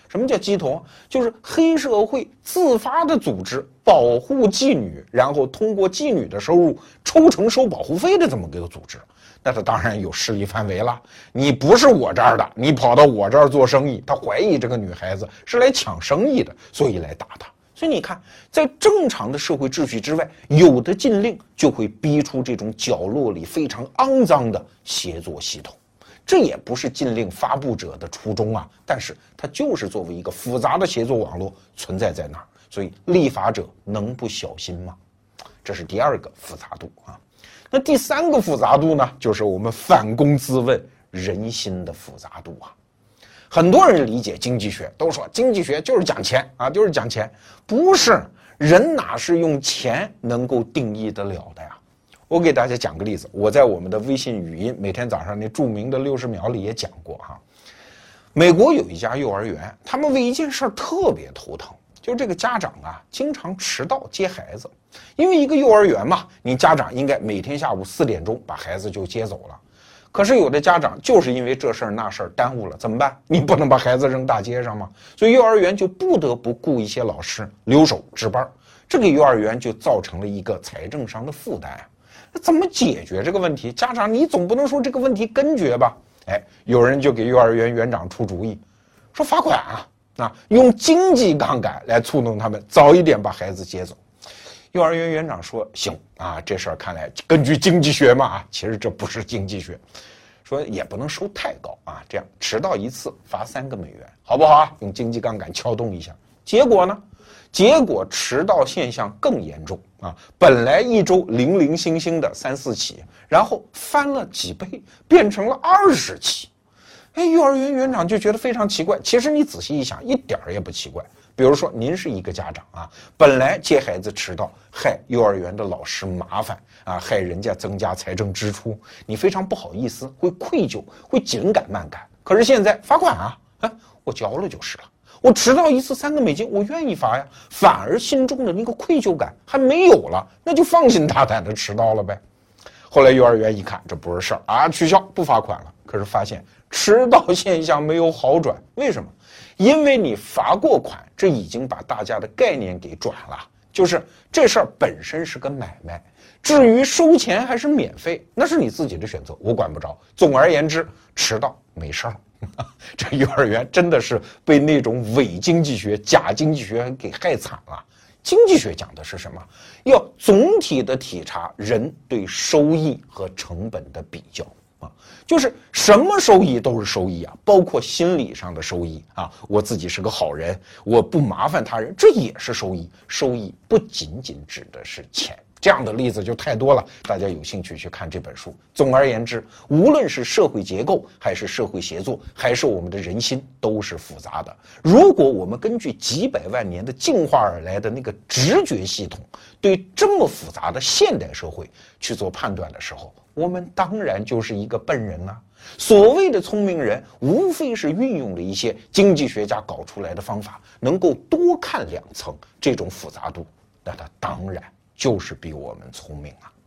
什么叫鸡头？就是黑社会自发的组织保护妓女，然后通过妓女的收入抽成收保护费的这么个组织。那他当然有势力范围了。你不是我这儿的，你跑到我这儿做生意，他怀疑这个女孩子是来抢生意的，所以来打她。所以你看，在正常的社会秩序之外，有的禁令就会逼出这种角落里非常肮脏的协作系统。这也不是禁令发布者的初衷啊，但是它就是作为一个复杂的协作网络存在在那儿，所以立法者能不小心吗？这是第二个复杂度啊。那第三个复杂度呢，就是我们反躬自问人心的复杂度啊。很多人理解经济学都说经济学就是讲钱啊，就是讲钱，不是，人哪是用钱能够定义得了的呀？我给大家讲个例子，我在我们的微信语音每天早上那著名的60秒里也讲过哈。美国有一家幼儿园，他们为一件事特别头疼，就是这个家长啊经常迟到接孩子。因为一个幼儿园嘛，你家长应该每天下午4点钟把孩子就接走了。可是有的家长就是因为这事儿那事儿耽误了，怎么办？你不能把孩子扔大街上吗？所以幼儿园就不得不雇一些老师留守值班，这给幼儿园就造成了一个财政上的负担啊。那怎么解决这个问题？家长你总不能说这个问题根绝吧？有人就给幼儿园园长出主意，说罚款啊，用经济杠杆来触动他们早一点把孩子接走。幼儿园园长说行啊，这事儿看来根据经济学嘛其实这不是经济学，说也不能收太高啊，这样迟到1次罚3个美元，好不好啊？用经济杠杆撬动一下。结果呢？结果迟到现象更严重啊！本来一周零零星星的3、4起，然后翻了几倍，变成了20起。幼儿园园长就觉得非常奇怪。其实你仔细一想，一点儿也不奇怪。比如说，您是一个家长啊，本来接孩子迟到，害幼儿园的老师麻烦啊，害人家增加财政支出，你非常不好意思，会愧疚，会紧赶慢赶。可是现在罚款我交了就是了。我迟到1次3个美金，我愿意罚呀，反而心中的那个愧疚感还没有了，那就放心大胆的迟到了呗。后来幼儿园一看这不是事儿啊，取消不罚款了。可是发现迟到现象没有好转，为什么？因为你罚过款，这已经把大家的概念给转了，就是这事儿本身是个买卖，至于收钱还是免费，那是你自己的选择，我管不着。总而言之，迟到没事儿。这幼儿园真的是被那种伪经济学、假经济学给害惨了。经济学讲的是什么？要总体的体察人对收益和成本的比较啊，就是什么收益都是收益啊，包括心理上的收益啊。我自己是个好人，我不麻烦他人，这也是收益。收益不仅仅指的是钱。这样的例子就太多了，大家有兴趣去看这本书。总而言之，无论是社会结构，还是社会协作，还是我们的人心，都是复杂的。如果我们根据几百万年的进化而来的那个直觉系统，对这么复杂的现代社会去做判断的时候，我们当然就是一个笨人啊。所谓的聪明人，无非是运用了一些经济学家搞出来的方法，能够多看2层这种复杂度，那他当然就是比我们聪明啊。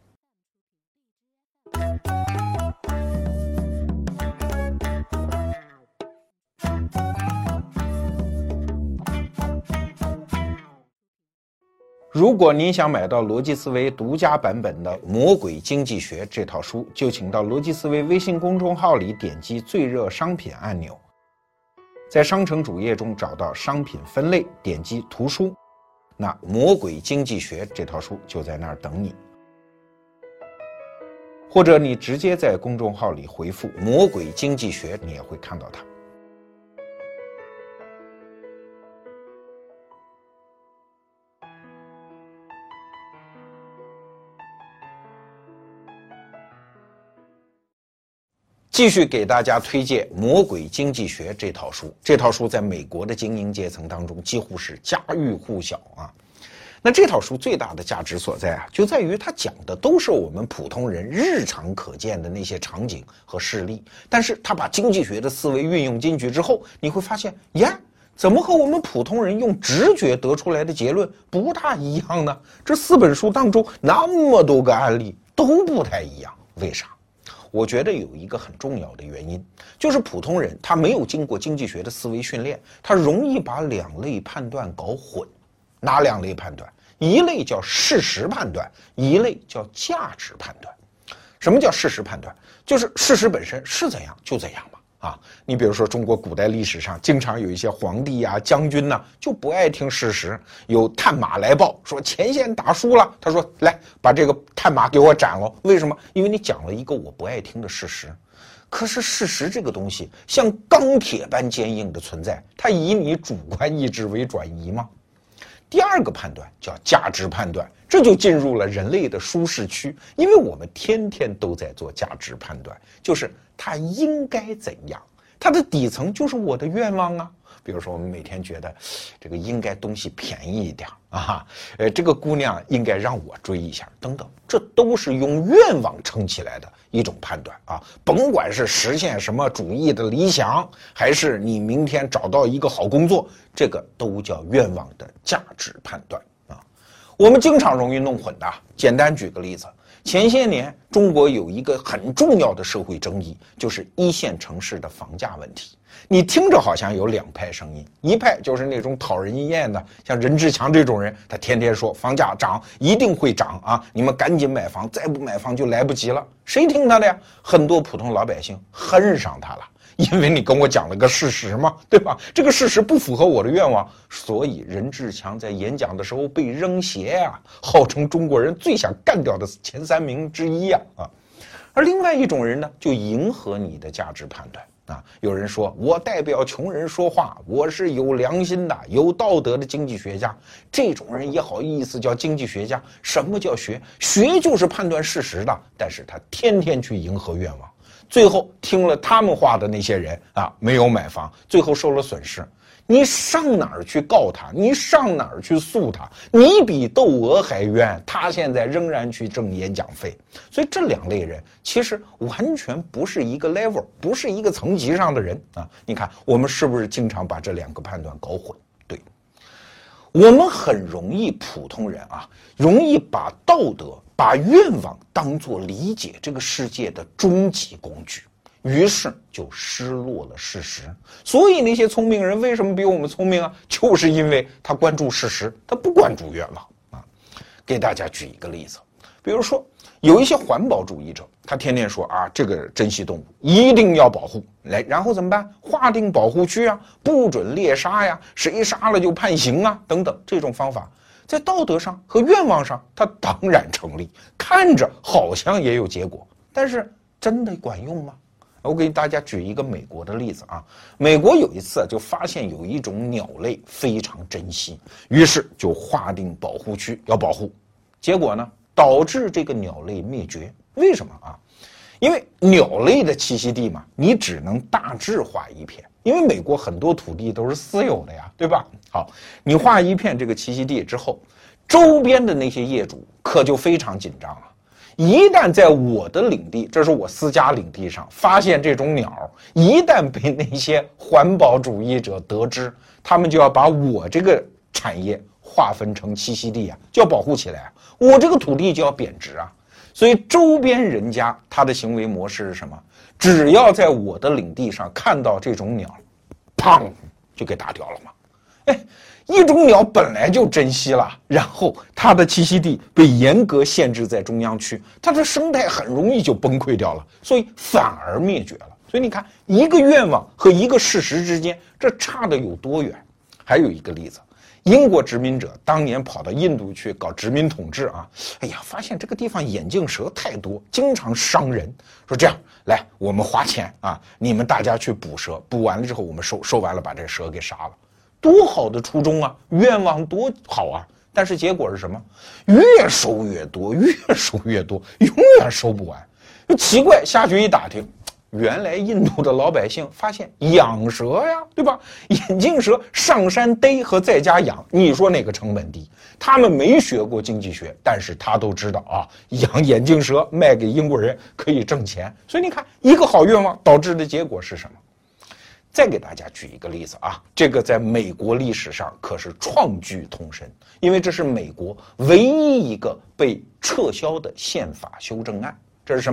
如果您想买到逻辑思维独家版本的《魔鬼经济学》这套书，就请到逻辑思维微信公众号里点击最热商品按钮，在商城主页中找到商品分类，点击图书，那《魔鬼经济学》这套书就在那儿等你。或者你直接在公众号里回复“魔鬼经济学”，你也会看到它。继续给大家推荐《魔鬼经济学》这套书。这套书在美国的精英阶层当中几乎是家喻户晓啊。那这套书最大的价值所在啊，就在于它讲的都是我们普通人日常可见的那些场景和事例，但是它把经济学的思维运用进去之后，你会发现呀，怎么和我们普通人用直觉得出来的结论不大一样呢？这4本书当中那么多个案例都不太一样，为啥？ 我觉得有一个很重要的原因，就是普通人他没有经过经济学的思维训练，他容易把两类判断搞混。哪两类判断？一类叫事实判断，一类叫价值判断。什么叫事实判断？就是事实本身是怎样就怎样嘛。你比如说中国古代历史上经常有一些皇帝呀、将军呐，就不爱听事实，有探马来报说前线打输了，他说来把这个探马给我斩了。为什么？因为你讲了一个我不爱听的事实。可是事实这个东西像钢铁般坚硬的存在，它以你主观意志为转移吗？第二个判断叫价值判断，这就进入了人类的舒适区，因为我们天天都在做价值判断，就是它应该怎样，它的底层就是我的愿望啊。比如说我们每天觉得这个应该东西便宜一点啊，这个姑娘应该让我追一下等等，这都是用愿望撑起来的一种判断啊。甭管是实现什么主义的理想，还是你明天找到一个好工作，这个都叫愿望的价值判断啊。我们经常容易弄混的。简单举个例子，前些年中国有一个很重要的社会争议，就是一线城市的房价问题。你听着好像有两派声音，一派就是那种讨人厌的，像任志强这种人，他天天说房价涨一定会涨啊，你们赶紧买房，再不买房就来不及了。谁听他的呀？很多普通老百姓恨上他了，因为你跟我讲了个事实嘛，对吧？这个事实不符合我的愿望，所以任志强在演讲的时候被扔鞋啊，号称中国人最想干掉的前3名之一啊。而另外一种人呢，就迎合你的价值判断。有人说我代表穷人说话，我是有良心的、有道德的经济学家。这种人也好意思叫经济学家？什么叫学？学就是判断事实的，但是他天天去迎合愿望，最后听了他们话的那些人没有买房，最后受了损失。你上哪儿去告他？你上哪儿去诉他？你比窦娥还冤，他现在仍然去挣演讲费。所以这两类人其实完全不是一个 level， 不是一个层级上的人啊！你看我们是不是经常把这两个判断搞混？对，我们很容易，普通人容易把道德、把愿望当作理解这个世界的终极工具。于是就失落了事实。所以那些聪明人为什么比我们聪明啊？就是因为他关注事实，他不关注愿望啊。给大家举一个例子，比如说有一些环保主义者，他天天说这个珍稀动物一定要保护，然后怎么办？划定保护区啊，不准猎杀呀，谁杀了就判刑啊，等等，这种方法在道德上和愿望上它当然成立，看着好像也有结果，但是真的管用吗？我给大家举一个美国的例子美国有一次就发现有一种鸟类非常珍稀，于是就划定保护区要保护，结果呢导致这个鸟类灭绝。为什么因为鸟类的栖息地嘛，你只能大致划一片，因为美国很多土地都是私有的呀，对吧？好，你划一片这个栖息地之后，周边的那些业主可就非常紧张了。一旦在我的领地，这是我私家领地上发现这种鸟，一旦被那些环保主义者得知，他们就要把我这个产业划分成栖息地就要保护起来我这个土地就要贬值所以周边人家他的行为模式是什么？只要在我的领地上看到这种鸟，砰就给打掉了嘛。一种鸟本来就珍稀了，然后它的栖息地被严格限制在中央区，它的生态很容易就崩溃掉了，所以反而灭绝了。所以你看，一个愿望和一个事实之间，这差的有多远？还有一个例子，英国殖民者当年跑到印度去搞殖民统治发现这个地方眼镜蛇太多，经常伤人，说这样来，我们花钱你们大家去捕蛇，捕完了之后我们收完了把这个蛇给杀了。多好的初衷愿望多好但是结果是什么？越收越多，越收越多，永远收不完。奇怪，下去一打听，原来印度的老百姓发现养蛇呀，对吧？眼镜蛇上山逮和在家养，你说哪个成本低？他们没学过经济学，但是他都知道养眼镜蛇卖给英国人可以挣钱。所以你看，一个好愿望导致的结果是什么？再给大家举一个例子这个在美国历史上可是创举通身，因为这是美国唯一一个被撤销的宪法修正案。这是什么？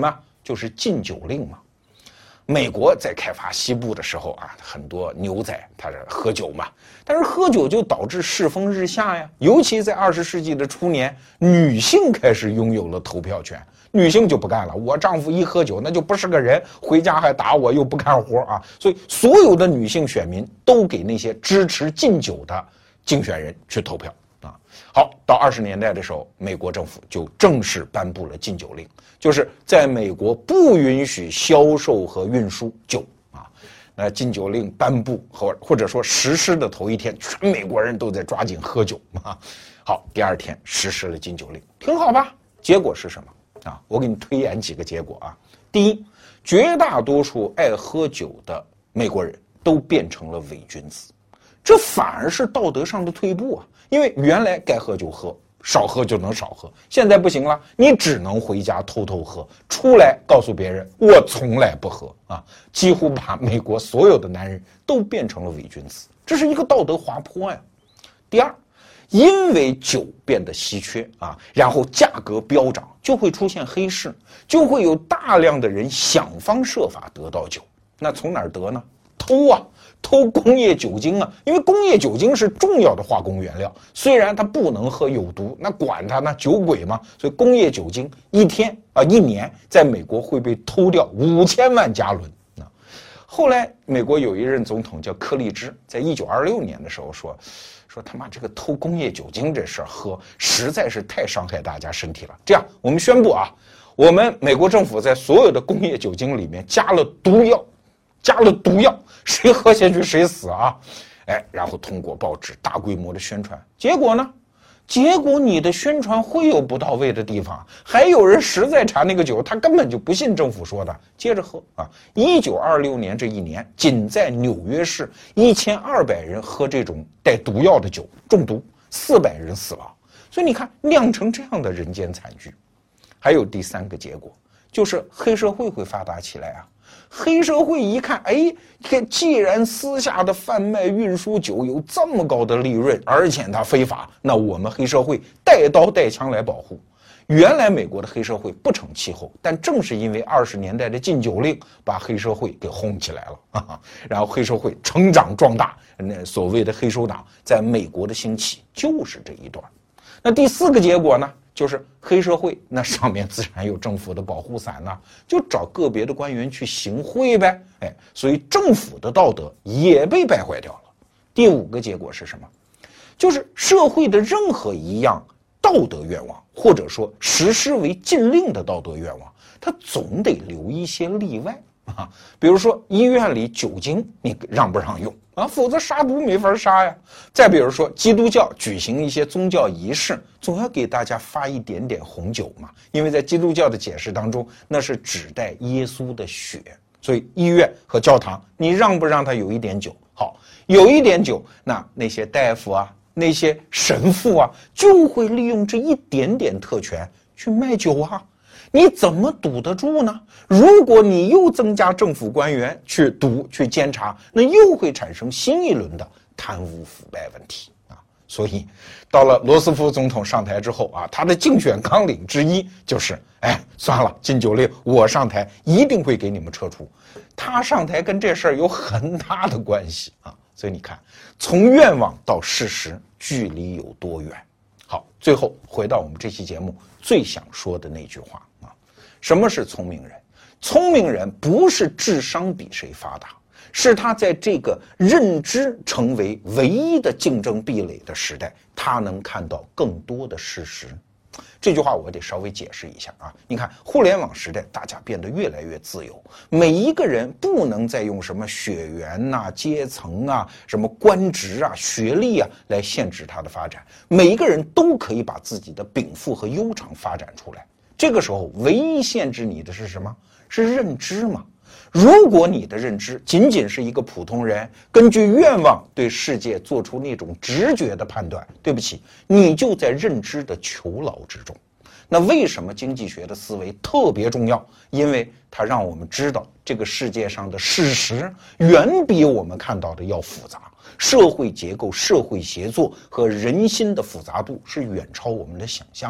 就是禁酒令嘛。美国在开发西部的时候啊，很多牛仔他是喝酒嘛，但是喝酒就导致世风日下呀。尤其在20世纪的初年，女性开始拥有了投票权，女性就不干了，我丈夫一喝酒那就不是个人，回家还打我又不干活啊。所以所有的女性选民都给那些支持禁酒的竞选人去投票啊。好，到20年代的时候，美国政府就正式颁布了禁酒令，就是在美国不允许销售和运输酒啊。那禁酒令颁布或者说实施的头一天，全美国人都在抓紧喝酒啊。好，第二天实施了禁酒令，挺好吧？结果是什么啊？我给你推演几个结果啊。第一，绝大多数爱喝酒的美国人都变成了伪君子，这反而是道德上的退步啊。因为原来该喝就喝，少喝就能少喝，现在不行了，你只能回家偷偷喝，出来告诉别人我从来不喝啊！几乎把美国所有的男人都变成了伪君子，这是一个道德滑坡呀。第二，因为酒变得稀缺啊，然后价格飙涨，就会出现黑市，就会有大量的人想方设法得到酒。那从哪儿得呢？偷啊！偷工业酒精啊，因为工业酒精是重要的化工原料，虽然它不能喝有毒，那管它呢，酒鬼嘛，所以工业酒精一年在美国会被偷掉5000万加仑啊。后来美国有一任总统叫柯立芝，在1926年的时候说他妈这个偷工业酒精这事儿喝实在是太伤害大家身体了，这样我们宣布啊，我们美国政府在所有的工业酒精里面加了毒药，谁喝下去谁死啊！然后通过报纸大规模的宣传，结果呢？结果你的宣传会有不到位的地方，还有人实在查那个酒，他根本就不信政府说的，接着喝啊！1926年这一年，仅在纽约市1200人喝这种带毒药的酒中毒，400人死亡。所以你看，酿成这样的人间惨剧。还有第三个结果，就是黑社会会发达起来啊。黑社会一看，既然私下的贩卖运输酒有这么高的利润，而且它非法，那我们黑社会带刀带枪来保护。原来美国的黑社会不成气候，但正是因为20年代的禁酒令，把黑社会给轰起来了，然后黑社会成长壮大，那所谓的黑手党在美国的兴起就是这一段。那第四个结果呢？就是黑社会，那上面自然有政府的保护伞呢，就找个别的官员去行贿呗，所以政府的道德也被败坏掉了。第五个结果是什么？就是社会的任何一样道德愿望，或者说实施为禁令的道德愿望，它总得留一些例外啊。比如说医院里酒精，你让不让用啊？否则杀毒没法杀呀。再比如说基督教举行一些宗教仪式，总要给大家发一点点红酒嘛，因为在基督教的解释当中，那是指代耶稣的血，所以医院和教堂，你让不让他有一点酒？好，有一点酒，那些大夫啊，那些神父啊，就会利用这一点点特权去卖酒啊。你怎么堵得住呢？如果你又增加政府官员去堵去监察，那又会产生新一轮的贪污腐败问题啊！所以到了罗斯福总统上台之后啊，他的竞选纲领之一就是算了，禁酒令我上台一定会给你们撤除。他上台跟这事儿有很大的关系啊！所以你看，从愿望到事实距离有多远。好，最后回到我们这期节目最想说的那句话啊，什么是聪明人？聪明人不是智商比谁发达，是他在这个认知成为唯一的竞争壁垒的时代，他能看到更多的事实。这句话我得稍微解释一下啊！你看，互联网时代，大家变得越来越自由，每一个人不能再用什么血缘啊、阶层啊、什么官职啊、学历啊来限制他的发展，每一个人都可以把自己的禀赋和悠长发展出来。这个时候，唯一限制你的是什么？是认知嘛？如果你的认知仅仅是一个普通人根据愿望对世界做出那种直觉的判断，对不起，你就在认知的囚牢之中。那为什么经济学的思维特别重要？因为它让我们知道这个世界上的事实远比我们看到的要复杂，社会结构、社会协作和人心的复杂度是远超我们的想象的。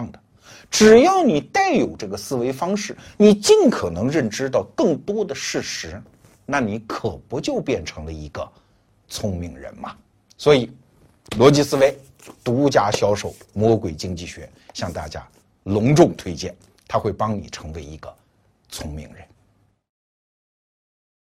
只要你带有这个思维方式，你尽可能认知到更多的事实，那你可不就变成了一个聪明人吗？所以，逻辑思维独家销售《魔鬼经济学》，向大家隆重推荐，它会帮你成为一个聪明人。